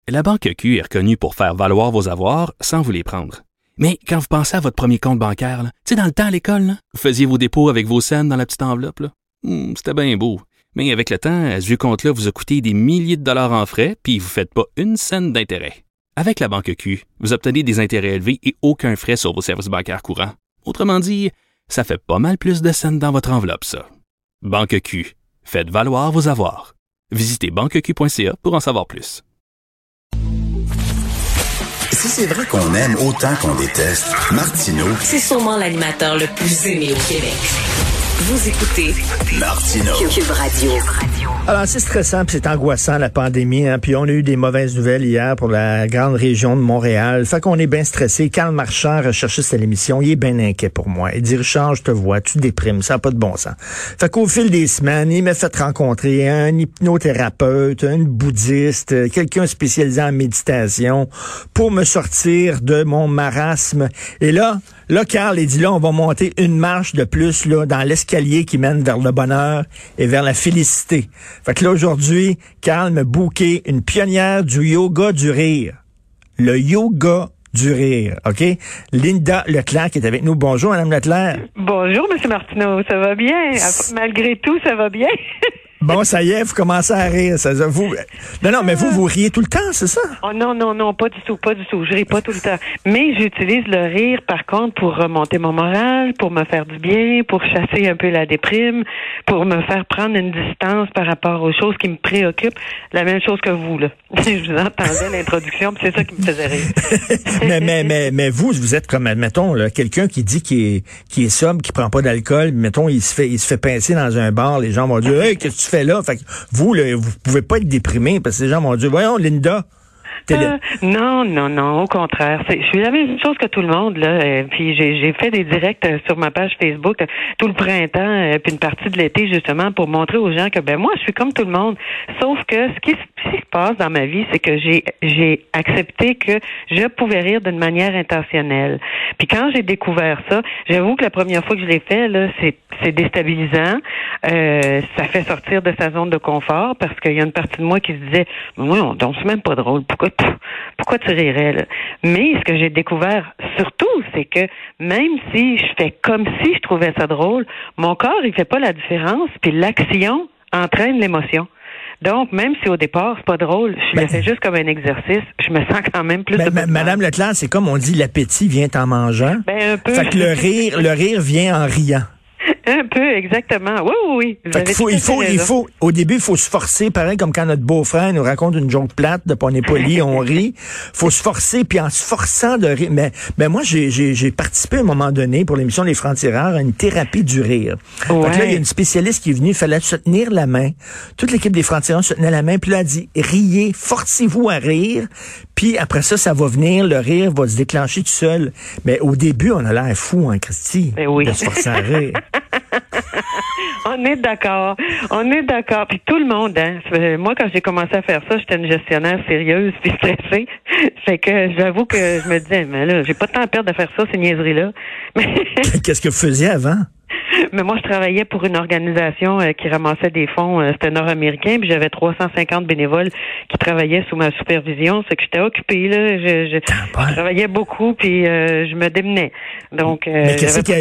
La Banque Q est reconnue pour faire valoir vos avoirs sans vous les prendre. Mais quand vous pensez à votre premier compte bancaire, tu sais, dans le temps à l'école, là, vous faisiez vos dépôts avec vos scènes dans la petite enveloppe. Là. C'était bien beau. Mais avec le temps, ce vieux compte-là vous a coûté des milliers de dollars en frais, puis vous ne faites pas une scène d'intérêt. Avec la Banque Q, vous obtenez des intérêts élevés et aucun frais sur vos services bancaires courants. Autrement dit, ça fait pas mal plus de scènes dans votre enveloppe, ça. Banque Q. Faites valoir vos avoirs. Visitez banqueq.ca pour en savoir plus. Si c'est vrai qu'on aime autant qu'on déteste, Martineau, c'est sûrement l'animateur le plus aimé au Québec. Vous écoutez Martineau. Cube Radio. Alors, c'est stressant, puis c'est angoissant, la pandémie. Puis on a eu des mauvaises nouvelles hier pour la grande région de Montréal. Fait qu'on est bien stressé. Carl Marchand, recherchiste à l'émission, il est bien inquiet pour moi. Il dit, Richard, je te vois, tu déprimes, ça n'a pas de bon sens. Fait qu'au fil des semaines, il m'a fait rencontrer un hypnothérapeute, un bouddhiste, quelqu'un spécialisé en méditation pour me sortir de mon marasme. Et là, Carl, il dit, là, on va monter une marche de plus là dans l'escalier qui mène vers le bonheur et vers la félicité. Fait que là, aujourd'hui, Carl m'a booké une pionnière du yoga du rire. Le yoga du rire, OK? Linda Leclerc qui est avec nous. Bonjour, Madame Leclerc. Bonjour, M. Martineau. Ça va bien? Malgré tout, ça va bien? Bon, ça y est, vous commencez à rire. Non, mais vous riez tout le temps, c'est ça? Oh non, pas du tout. Je ris pas tout le temps. Mais j'utilise le rire, par contre, pour remonter mon moral, pour me faire du bien, pour chasser un peu la déprime, pour me faire prendre une distance par rapport aux choses qui me préoccupent. La même chose que vous, là. Je vous entendais l'introduction, puis c'est ça qui me faisait rire. mais vous êtes comme, admettons, là, quelqu'un qui dit qu'il est sobre, qui prend pas d'alcool, mettons, il se fait pincer dans un bar, les gens vont dire, hey, qu'est-ce que tu fais là? Fait que vous, là, vous pouvez pas être déprimé parce que les gens vont dire, voyons, Linda. Non, au contraire. Je suis la même chose que tout le monde, là. Puis j'ai fait des directs sur ma page Facebook tout le printemps, puis une partie de l'été, justement, pour montrer aux gens que, moi, je suis comme tout le monde. Sauf que ce qui se passe dans ma vie, c'est que j'ai accepté que je pouvais rire d'une manière intentionnelle. Puis quand j'ai découvert ça, j'avoue que la première fois que je l'ai fait, là, c'est déstabilisant. Ça fait sortir de sa zone de confort parce qu'il y a une partie de moi qui se disait, oui, c'est même pas drôle. Pourquoi tu rirais, là? Mais ce que j'ai découvert surtout, c'est que même si je fais comme si je trouvais ça drôle, mon corps, il fait pas la différence, puis l'action entraîne l'émotion. Donc, même si au départ, c'est pas drôle, je le fais juste comme un exercice, je me sens quand même plus... Madame Leclerc, c'est comme on dit, l'appétit vient en mangeant. Un peu. Fait que le rire vient en riant. Un peu, exactement. Oui. Au début, il faut se forcer, pareil comme quand notre beau-frère nous raconte une joke plate, de on est poli, on rit. Faut se forcer, puis en se forçant de rire. Mais moi, j'ai participé à un moment donné pour l'émission Les Francs-Tireurs à une thérapie du rire. Ouais. Donc là, il y a une spécialiste qui est venue, il fallait se tenir la main. Toute l'équipe des Francs-Tireurs se tenait la main, puis là, elle dit, riez, forcez-vous à rire, puis après ça va venir, le rire va se déclencher tout seul. Mais au début, on a l'air fou, hein, Christy, de se forcer à rire. On est d'accord. Puis tout le monde, hein. Moi, quand j'ai commencé à faire ça, j'étais une gestionnaire sérieuse puis stressée. Fait que j'avoue que je me disais, mais là, j'ai pas de temps à perdre à faire ça, ces niaiseries-là. Qu'est-ce que vous faisiez avant? Mais moi, je travaillais pour une organisation qui ramassait des fonds. C'était nord-américain, puis j'avais 350 bénévoles qui travaillaient sous ma supervision. C'est que j'étais occupée, là. Je travaillais beaucoup, puis je me démenais. Donc, mais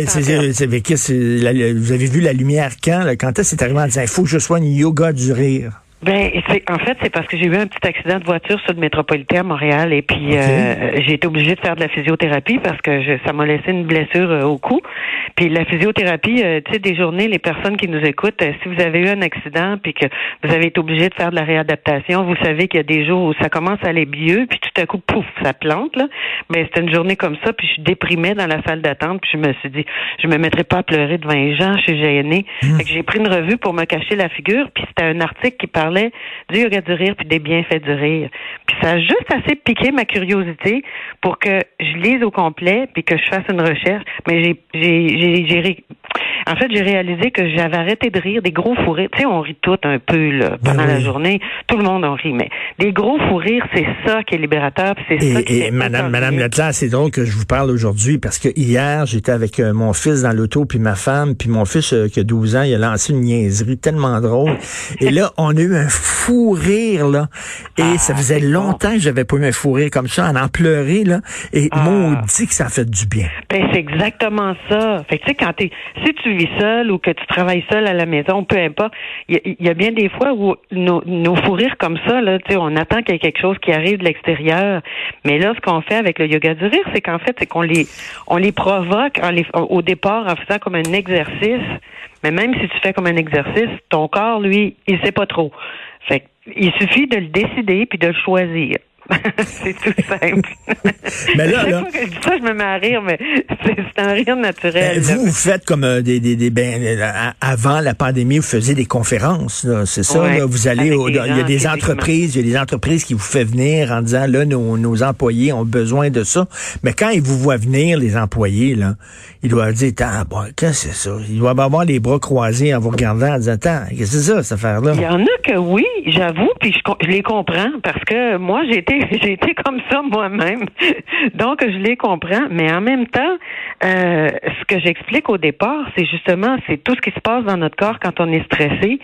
vous avez vu la lumière quand? Là, quand est-ce que c'est arrivé en disant, il faut que je sois une yoga du rire? C'est parce que j'ai eu un petit accident de voiture sur le métropolitain à Montréal et puis j'ai été obligée de faire de la physiothérapie parce que ça m'a laissé une blessure au cou. Puis la physiothérapie, tu sais, des journées, les personnes qui nous écoutent, si vous avez eu un accident puis que vous avez été obligé de faire de la réadaptation, vous savez qu'il y a des jours où ça commence à aller mieux puis tout à coup, pouf, ça plante, là. Mais c'était une journée comme ça puis je déprimais dans la salle d'attente puis je me suis dit, je me mettrai pas à pleurer devant les gens, je suis gênée. Fait que j'ai pris une revue pour me cacher la figure puis c'était un article qui parlait du yoga du rire puis des bienfaits du rire. Puis ça a juste assez piqué ma curiosité pour que je lise au complet puis que je fasse une recherche. Mais en fait, j'ai réalisé que j'avais arrêté de rire, des gros fous rires. Tu sais, on rit tout un peu là, pendant la journée. Tout le monde en rit, mais des gros fous rires, c'est ça qui est libérateur. Puis c'est ça qui et Madame Leclerc, c'est drôle que je vous parle aujourd'hui parce que hier, j'étais avec mon fils dans l'auto puis ma femme, puis mon fils qui a 12 ans, il a lancé une niaiserie tellement drôle. Et là, on a eu un fou rire là. Et ça faisait longtemps que j'avais pas eu un fou rire comme ça, en pleurer là. Et maudit que ça fait du bien. Ben c'est exactement ça. Fait que tu sais, si tu vis seul ou que tu travailles seul à la maison, peu importe, il y a bien des fois où nos fous rires comme ça là, tu sais, on attend qu'il y ait quelque chose qui arrive de l'extérieur. Mais là, ce qu'on fait avec le yoga du rire, c'est qu'en fait, c'est qu'on les provoque au départ en faisant comme un exercice. Mais même si tu fais comme un exercice, ton corps, lui, il sait pas trop. Fait que, il suffit de le décider puis de le choisir. C'est tout simple. Mais là, chaque fois que je dis ça, je me mets à rire, mais c'est un rire naturel. Vous faites comme avant la pandémie, vous faisiez des conférences, là, c'est ça? Ouais, là, vous allez il y a des entreprises qui vous font venir en disant là, nos employés ont besoin de ça. Mais quand ils vous voient venir, les employés, là, ils doivent dire qu'est-ce que c'est ça? Ils doivent avoir les bras croisés en vous regardant en disant qu'est-ce que c'est ça, cette affaire-là? Il y en a que oui, j'avoue, puis je les comprends parce que moi, j'ai été comme ça moi-même. Donc, je les comprends. Mais en même temps, ce que j'explique au départ, c'est tout ce qui se passe dans notre corps quand on est stressé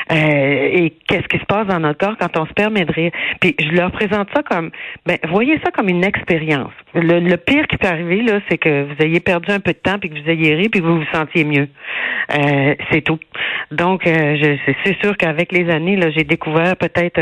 et qu'est-ce qui se passe dans notre corps quand on se permet de rire. Puis, je leur présente ça comme, voyez ça comme une expérience. Le pire qui peut arriver, là, c'est que vous ayez perdu un peu de temps puis que vous ayez ri puis que vous vous sentiez mieux. C'est tout. Donc, c'est sûr qu'avec les années, là, j'ai découvert peut-être,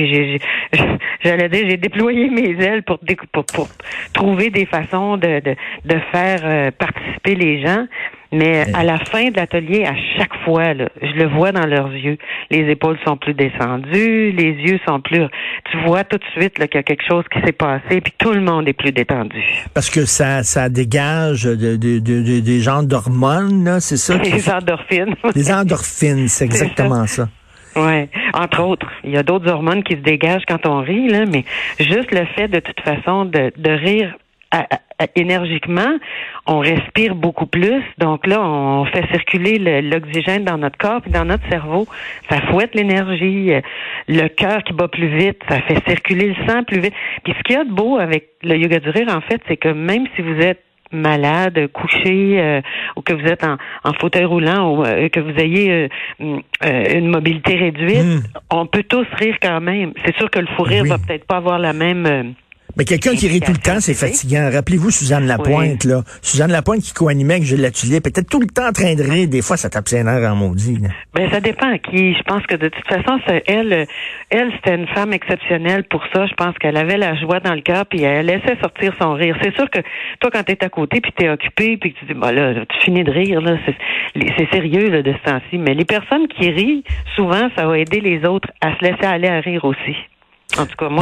j'allais dire, j'ai déployé mes ailes pour trouver des façons de faire participer les gens. Mais à la fin de l'atelier, à chaque fois, là, je le vois dans leurs yeux. Les épaules sont plus descendues, les yeux sont plus... Tu vois tout de suite là, qu'il y a quelque chose qui s'est passé, puis tout le monde est plus détendu. Parce que ça dégage des genres d'hormones, là, c'est ça? Des endorphines. Des endorphines, c'est exactement ça. Ouais, entre autres, il y a d'autres hormones qui se dégagent quand on rit, là, mais juste le fait de toute façon de rire énergiquement, on respire beaucoup plus. Donc là, on fait circuler l'oxygène dans notre corps puis dans notre cerveau. Ça fouette l'énergie. Le cœur qui bat plus vite, ça fait circuler le sang plus vite. Puis ce qu'il y a de beau avec le yoga du rire, en fait, c'est que même si vous êtes malade, couché, ou que vous êtes en fauteuil roulant, ou que vous ayez une mobilité réduite, on peut tous rire quand même. C'est sûr que le fou rire va peut-être pas avoir la même... Mais quelqu'un qui rit tout le temps, c'est fatigant. Rappelez-vous Suzanne Lapointe, là. Suzanne Lapointe qui co-animait avec Gilles Latulippe, peut-être tout le temps en train de rire. Des fois, ça tape ses nerfs en maudit. Là. Ben, ça dépend à qui. Je pense que de toute façon, elle, c'était une femme exceptionnelle pour ça. Je pense qu'elle avait la joie dans le cœur, puis elle laissait sortir son rire. C'est sûr que toi, quand t'es à côté, puis t'es occupé, puis que tu dis, là, tu finis de rire, là, c'est sérieux, là, de ce temps-ci. Mais les personnes qui rient, souvent, ça va aider les autres à se laisser aller à rire aussi. En tout cas, moi,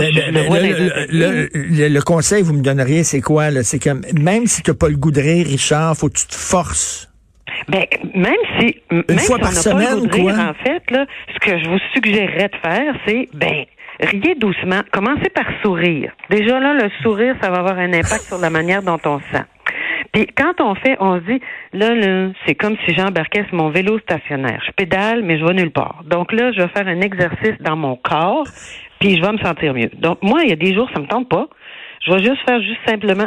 le conseil que vous me donneriez, c'est quoi? Là? C'est que même si tu n'as pas le goût de rire, Richard, faut que tu te forces. Ben, même si une fois par semaine, quoi. En fait, là, ce que je vous suggérerais de faire, c'est, riez doucement. Commencez par sourire. Déjà, là, le sourire, ça va avoir un impact sur la manière dont on se sent. Puis quand on se dit, là, c'est comme si j'embarquais sur mon vélo stationnaire. Je pédale, mais je vais nulle part. Donc là, je vais faire un exercice dans mon corps, puis je vais me sentir mieux. Donc moi, il y a des jours, ça me tente pas. Je vais juste faire simplement...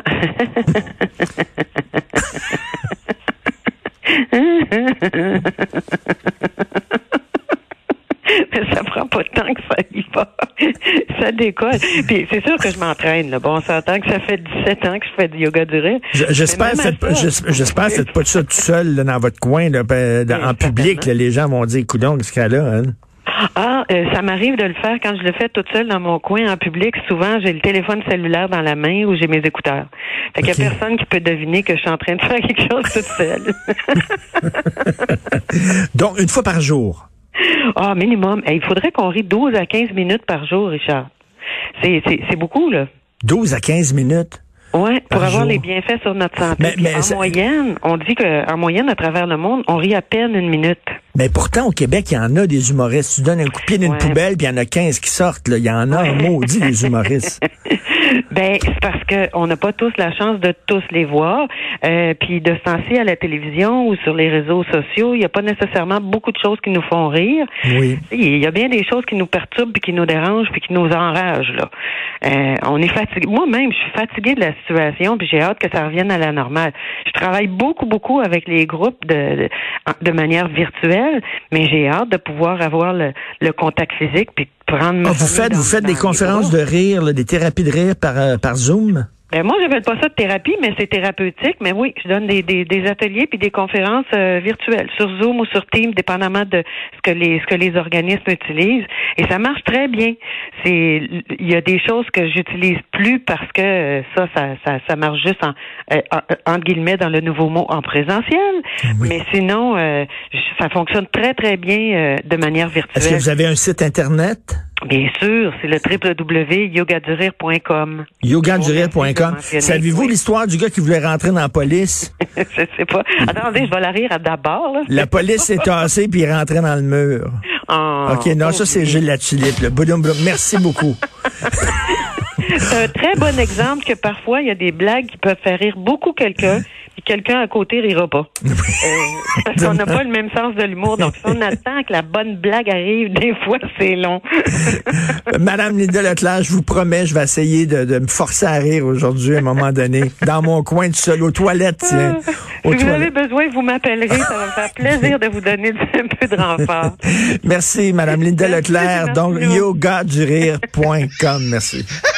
Mais ça prend pas de temps que ça y va. Ça décolle. Puis c'est sûr que je m'entraîne. Là. Bon, on s'entend que ça fait 17 ans que je fais du yoga du rire. J'espère que faites pas ça tout seul là, dans votre coin, là, en public. Là, les gens vont dire, coudonc, ce cas-là. Hein? Ça m'arrive de le faire quand je le fais toute seule dans mon coin en public. Souvent, j'ai le téléphone cellulaire dans la main ou j'ai mes écouteurs. Fait qu'il y a personne qui peut deviner que je suis en train de faire quelque chose toute seule. Donc, une fois par jour. Minimum. Il faudrait qu'on rie 12 à 15 minutes par jour, Richard. C'est beaucoup, là. 12 à 15 minutes? Oui, pour avoir les bienfaits sur notre santé. Mais moyenne, on dit qu'en moyenne, à travers le monde, on rit à peine une minute. Mais pourtant, au Québec, il y en a des humoristes. Tu donnes un coup de pied d'une poubelle, puis il y en a 15 qui sortent. Là. Il y en a un maudit des humoristes. Ben, c'est parce que on n'a pas tous la chance de tous les voir. Puis de se lancer à la télévision ou sur les réseaux sociaux, il n'y a pas nécessairement beaucoup de choses qui nous font rire. Oui. Il y a bien des choses qui nous perturbent, puis qui nous dérangent, puis qui nous enragent, là. On est fatigué. Moi-même, je suis fatiguée de la situation, puis j'ai hâte que ça revienne à la normale. Je travaille beaucoup avec les groupes de manière virtuelle, mais j'ai hâte de pouvoir avoir le contact physique, puis prendre ma famille Vous faites des conférences de rire, là, des thérapies de rire par Zoom? Moi, j'appelle pas ça de thérapie, mais c'est thérapeutique. Mais oui, je donne des ateliers puis des conférences virtuelles sur Zoom ou sur Teams, dépendamment de ce que les organismes utilisent. Et ça marche très bien. Il y a des choses que j'utilise plus parce que ça marche juste entre guillemets dans le nouveau mot en présentiel. Oui. Mais sinon, ça fonctionne très très bien de manière virtuelle. Est-ce que vous avez un site internet? Bien sûr, c'est le www.yogadurir.com. Yogadurir.com. Savez-vous l'histoire du gars qui voulait rentrer dans la police? Je sais pas. Attendez, je vais la rire d'abord. Là. La police s'est tassée puis il rentrait dans le mur. Oh, OK, non, ça c'est Gilles Latulippe. Merci beaucoup. C'est un très bon exemple que parfois, il y a des blagues qui peuvent faire rire beaucoup quelqu'un, puis quelqu'un à côté rira pas. Parce qu'on n'a pas le même sens de l'humour. Donc, si on attend que la bonne blague arrive, des fois, c'est long. Madame Linda Leclerc, je vous promets, je vais essayer de me forcer à rire aujourd'hui, à un moment donné, dans mon coin tout seul, aux toilettes, tiens. Si vous avez besoin, vous m'appellerez. Ça va me faire plaisir de vous donner un peu de renfort. Merci, Madame Linda Leclerc. Donc, yogadurire.com. Merci.